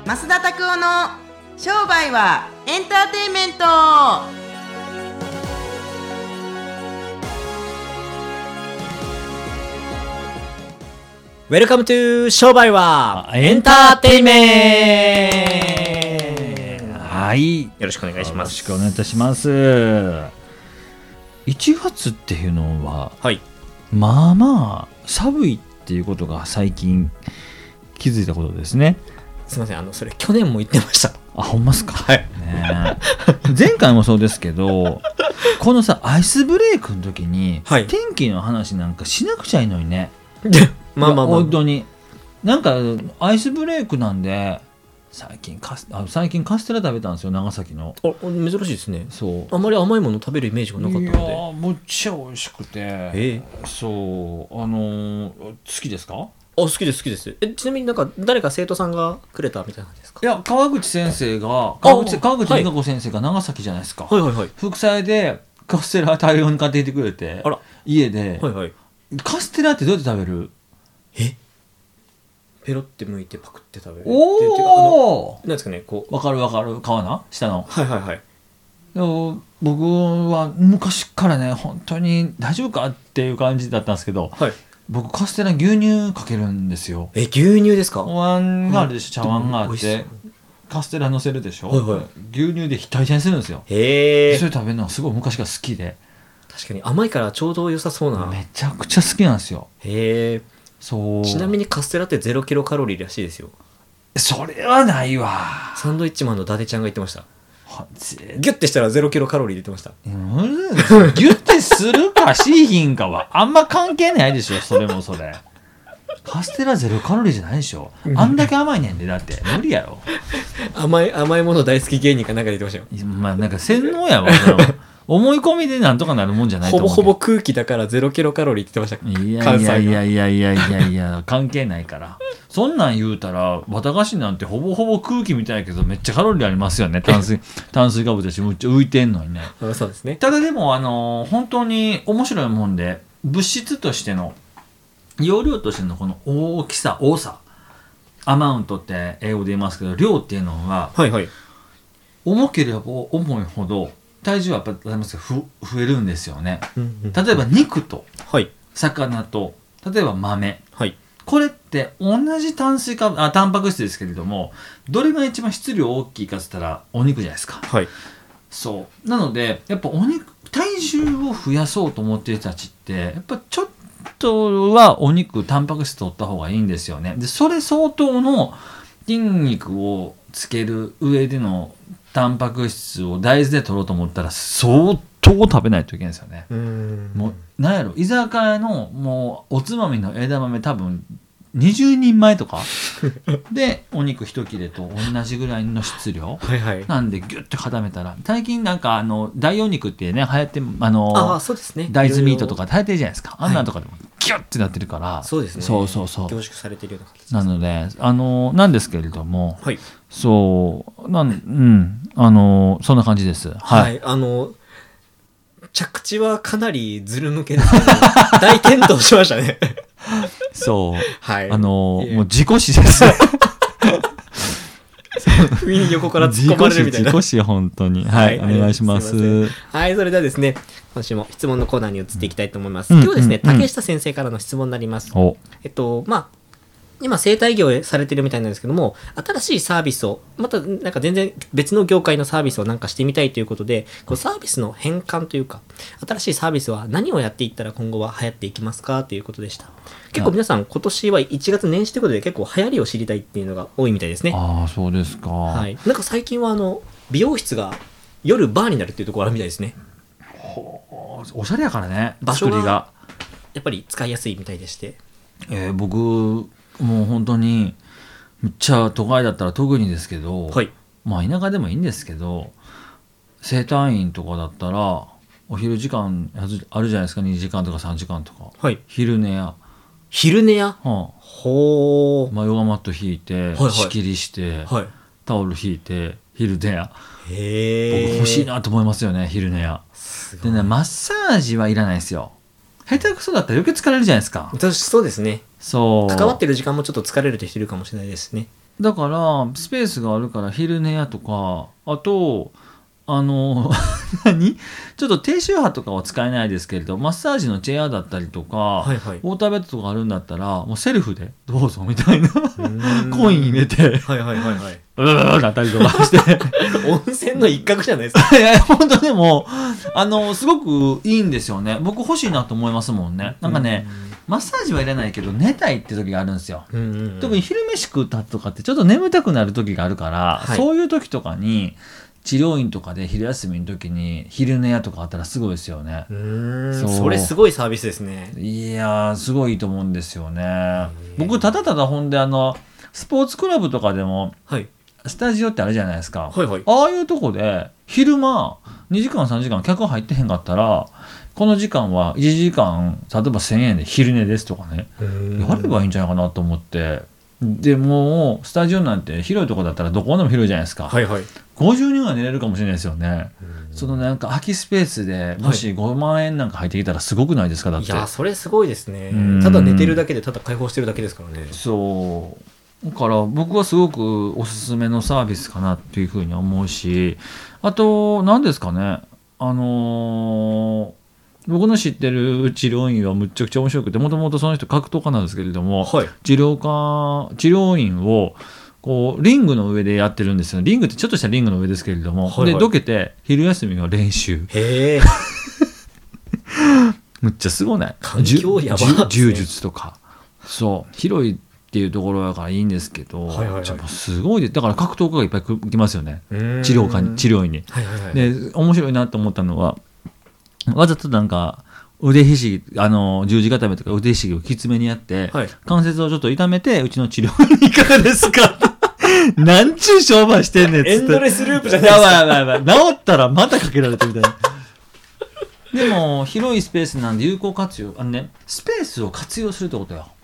増田拓夫の商売はエンターテインメント。 ウェルカムトゥ商売はエンターテイメント。 はい、 よろしくお願いします。 よろしくお願いいたします。1月っていうのは、 はい、 まあまあ寒いっていうことが最近気づいたことですね。 すいません、それ去年も言ってました。 あ、ほんまっすか。 はい、 ね、前回もそうですけどこのさアイスブレイクの時に、はい、天気の話なんかしなくちゃいいのにねまあまあまあ、 本当になんかアイスブレイクなんで最近カステラ食べたんですよ、長崎の。 珍しいですね。 そう、 あんまり甘いもの食べるイメージがなかったので。 いやむっちゃ美味しくて、そう好きですか？ 好きです、好きです。ちなみになんか誰か生徒さんがくれたみたいなんですか？ いや、川口先生が川口美香子先生が長崎じゃないですか。 はいはいはい。 副菜でカステラ大量に買ってきてくれて、 あら、 家で、 はいはい。 カステラってどうやって食べる？ ペロって剥いてパクって食べる。 おー、 なんですかね、こう。 わかるわかる。皮な下の。 はいはいはい。 でも僕は昔からね、本当に大丈夫かっていう感じだったんですけど、はい、僕カステラ牛乳かけるんですよ。 牛乳ですか？ お椀があるでしょ、茶碗があってカステラ乗せるでしょ、はいはい、牛乳でひたひたにするんですよ。 へえ。 それ食べるのはすごい昔から好きで。 確かに甘いからちょうど良さそうな。 めちゃくちゃ好きなんですよ。 へえ。 そう。 ちなみにカステラって0キロカロリーらしいですよ。 それはないわ。 サンドイッチマンの伊達ちゃんが言ってました。ギュッてしたら0キロカロリー出てました。 ギュッてするかしいひんかはあんま関係ないでしょ。それもそれカステラ0カロリーじゃないでしょ。あんだけ甘いねんで。だって無理やろ。 甘いもの大好き芸人かなんかで言ってましたよ。 まあなんか洗脳やわ。思い込みでなんとかなるもんじゃないと思う。 ほぼ空気だから0キロカロリーって言ってました。 いや関係ないから。そんなん言うたら綿菓子なんてほぼほぼ空気みたいやけどめっちゃカロリーありますよね。炭水化物だしむっちゃ浮いてんのにね。 そうですね。 ただでも本当に面白いもんで、物質としての容量としてのこの大きさ多さ、アマウントって英語で言いますけど、量っていうのは、はいはい、重ければ重いほど体重はやっぱり増えるんですよね。例えば肉と魚と、例えば豆、はい、これって同じタンパク質ですけれども、どれが一番質量大きいかって言ったらお肉じゃないですか。はい、そうなのでやっぱ体重を増やそうと思っている人たちってやっぱちょっとはお肉タンパク質取った方がいいんですよね。でそれ相当の筋肉をつける上でのタンパク質を大豆で取ろうと思ったら相当食べないといけないですよね。もうなんやろ、居酒屋のもうおつまみの枝豆多分20人前とかでお肉1切れと同じぐらいの質量はい、はい、なんでギュッと固めたら、最近なんか大お肉ってね流行ってそうですね、 大豆ミートとか流行ってるじゃないですか。あんなんとかでもギュッてなってるから、 そうですね、 そう凝縮されているような形です。 なのでなんですけれども、はい、そうそんな感じです。はい、 着地はかなりずる向けですけど大転倒しましたねそう、 はい、 もう事故死です不意に横から突っ込まれるみたいな。 事故死本当に。はい、お願いします。 はい、それではですね、今週も質問のコーナーに移っていきたいと思います。今日はですね、竹下先生からの質問になります。今生態業されてるみたいなんですけども、新しいサービスをまたなんか全然別の業界のサービスをなんかしてみたいということで、こうサービスの変換というか、新しいサービスは何をやっていったら今後は流行っていきますかということでした。結構皆さん今年は1月年始ということで結構流行りを知りたいっていうのが多いみたいですね。 ああ、そうですか。 はい。なんか最近は美容室が夜バーになるっていうところあるみたいですね。 おしゃれやからね、 場所がやっぱり使いやすいみたいでして、 僕もう本当にめっちゃ都会だったら特にですけど、はい、まあ田舎でもいいんですけど、整体院とかだったらお昼時間あるじゃないですか。2時間とか3時間とか、はい、昼寝や、ほう、ヨガマット引いて、はいはい、仕切りして、はい、タオル引いて昼寝や。僕欲しいなと思いますよね、昼寝や。でね、マッサージはいらないですよ。下手くそだったら余計疲れるじゃないですか。 そうですね。 そう、 関わってる時間もちょっと疲れる人いるかもしれないですね。 だからスペースがあるから昼寝やとか、あと何ちょっと低周波とかは使えないですけれど、マッサージのチェアだったりとか、 はいはい、 ウォーターベッドとかあるんだったらもうセルフでどうぞみたいなコイン入れて、 はいはいはいはい、 なったりとかして温泉の一角じゃないですか。 いや本当でもすごくいいんですよね。僕欲しいなと思いますもんね。なんかね、マッサージはいらないけど寝たいって時があるんですよ、特に昼飯食ったとかってちょっと眠たくなる時があるから、はい、そういう時とかに治療院とかで昼休みの時に昼寝屋とかあったらすごいですよね。 それすごいサービスですね。 いやすごいいいと思うんですよね。僕ただただほんでスポーツクラブとかでも、はい、スタジオってあるじゃないですか、はいはい、ああいうとこで昼間2時間3時間客入ってへんかったら、この時間は1時間例えば1000円で昼寝ですとかね、やればいいんじゃないかなと思って。でもうスタジオなんて広いとこだったらどこでも広いじゃないですか、はいはい、50人は寝れるかもしれないですよね。そのなんか空きスペースでもし5万円なんか入ってきたらすごくないですか。だって、 いやそれすごいですね。ただ寝てるだけでただ解放してるだけですからね。 そうだから僕はすごくおすすめのサービスかなっていうふうに思うし、あと何ですかね、僕の知ってる治療院はむっちゃくちゃ面白くて、もともとその人格闘家なんですけれども、はい、治療院をこうリングの上でやってるんですよ。リングってちょっとしたリングの上ですけれども、はいはい、でどけて昼休みの練習。 へむっちゃすごない。 環境やばいですね。 柔術とかそう広いっていうところだからいいんですけど、はいはいはい、すごいで、だから格闘家がいっぱい来ますよね、治療院に、はいはいはい、で面白いなと思ったのは、わざとなんか腕ひしぎ十字固めとか腕ひしぎをきつめにやって、はい、関節をちょっと痛めて、うちの治療院にいかがですかなんちゅう商売してんねんっつって、 エンドレスループじゃないですか。 やばい治ったらまたかけられてみたいなでも広いスペースなんで有効活用、スペースを活用するってことよ。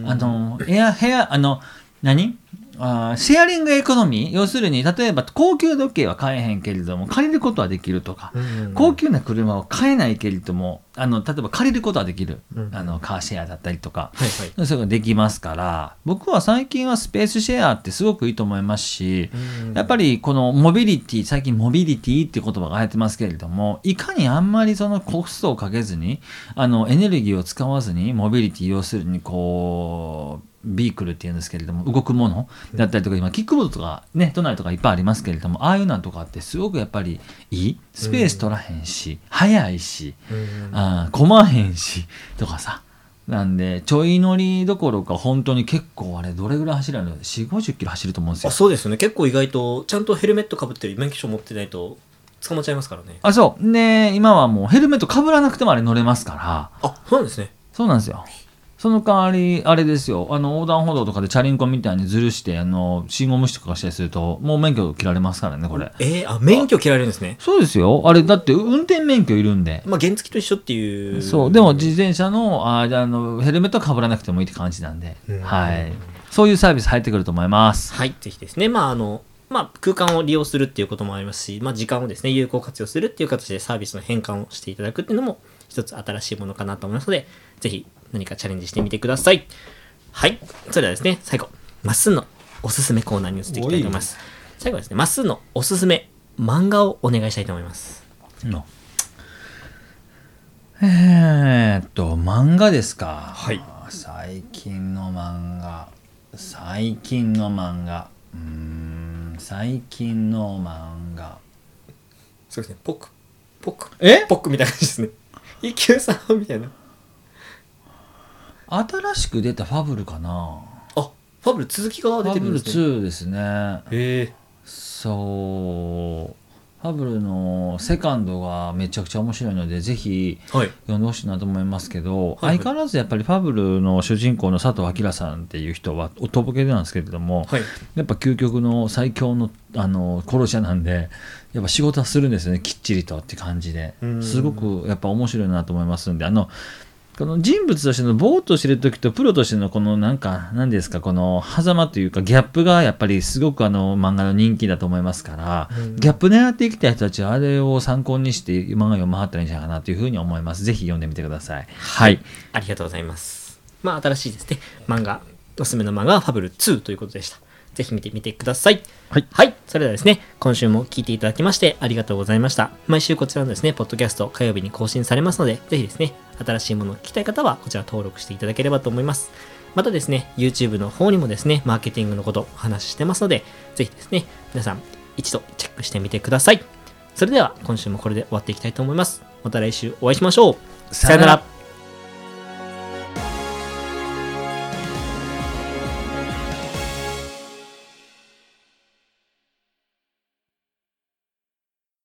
シェアリングエコノミー、要するに例えば高級時計は買えへんけれども借りることはできるとか、高級な車を買えないけれども例えば借りることはできる、カーシェアだったりとか、はいはい、それができますから、僕は最近はスペースシェアってすごくいいと思いますし、やっぱりこのモビリティ、最近モビリティっていう言葉が流行ってますけれども、いかにあんまりそのコストをかけずにエネルギーを使わずにモビリティ、要するにこうビークルっていうんですけれども、動くものだったりとか、今キックボードとかね、都内とかいっぱいありますけれども、ああいうなんとかってすごくやっぱりいい、スペース取らへんし、速いし、混まへんしとかさ、なんでちょい乗りどころか本当に結構あれどれぐらい走るの、4、50キロ走ると思うんですよ。 そうですよね。結構意外とちゃんとヘルメットかぶってる免許証持ってないと捕まっちゃいますからね。 そうね、今はもうヘルメットかぶらなくてもあれ乗れますから。 そうなんですね。 そうなんですよ。その代わりあれですよ、横断歩道とかでチャリンコみたいにずるして信号無視とかしたりするともう免許切られますからね、これ。 免許切られるんですね。 そうですよ。あれだって運転免許いるんで、 原付と一緒っていう。 そうでも自転車のヘルメットはかぶらなくてもいいって感じなんで、はい、そういうサービス入ってくると思います。 はい、ぜひですね、空間を利用するっていうこともありますし、時間をですね有効活用するっていう形でサービスの変換をしていただくっていうのも一つ新しいものかなと思いますので、ぜひ何かチャレンジしてみてください。はい、それではですね、最後まっすーのおすすめコーナーに移っていきたいと思います。最後はですね、まっすーのおすすめ漫画をお願いしたいと思います。 漫画ですか。 はい。 最近の漫画最近の漫画、 そうですね、ポックみたいな感じですね。一休さんみたいな。 新しく出たファブルかな。 ファブル続きが出てるんですね。 ファブル2ですね。そう、ファブルのセカンドがめちゃくちゃ面白いのでぜひ読んでほしいなと思いますけど、相変わらずやっぱりファブルの主人公の佐藤明さんっていう人はおとぼけなんですけれども、やっぱ究極の最強の殺し屋なんで、やっぱ仕事はするんですよね、きっちりとって感じで、すごくやっぱ面白いなと思いますんで、この人物としてのぼーっとしてる時とプロとしてのこの何ですか、この狭間というかギャップがやっぱりすごく漫画の人気だと思いますから、ギャップ狙っていきたい人たちはあれを参考にして漫画読まはったらいいんじゃないかなというふうに思います。ぜひ読んでみてください。はい、 ありがとうございます。新しいですね漫画、おすすめの漫画はファブル2ということでした。 ぜひ見てみてください。 はい。 はい。それではですね、今週も聞いていただきましてありがとうございました。毎週こちらのですね、ポッドキャスト火曜日に更新されますので、ぜひですね、新しいものを聞きたい方はこちら登録していただければと思います。またですね、YouTube の方にもですね、マーケティングのことお話ししてますので、ぜひですね、皆さん一度チェックしてみてください。それでは今週もこれで終わっていきたいと思います。また来週お会いしましょう。さよなら。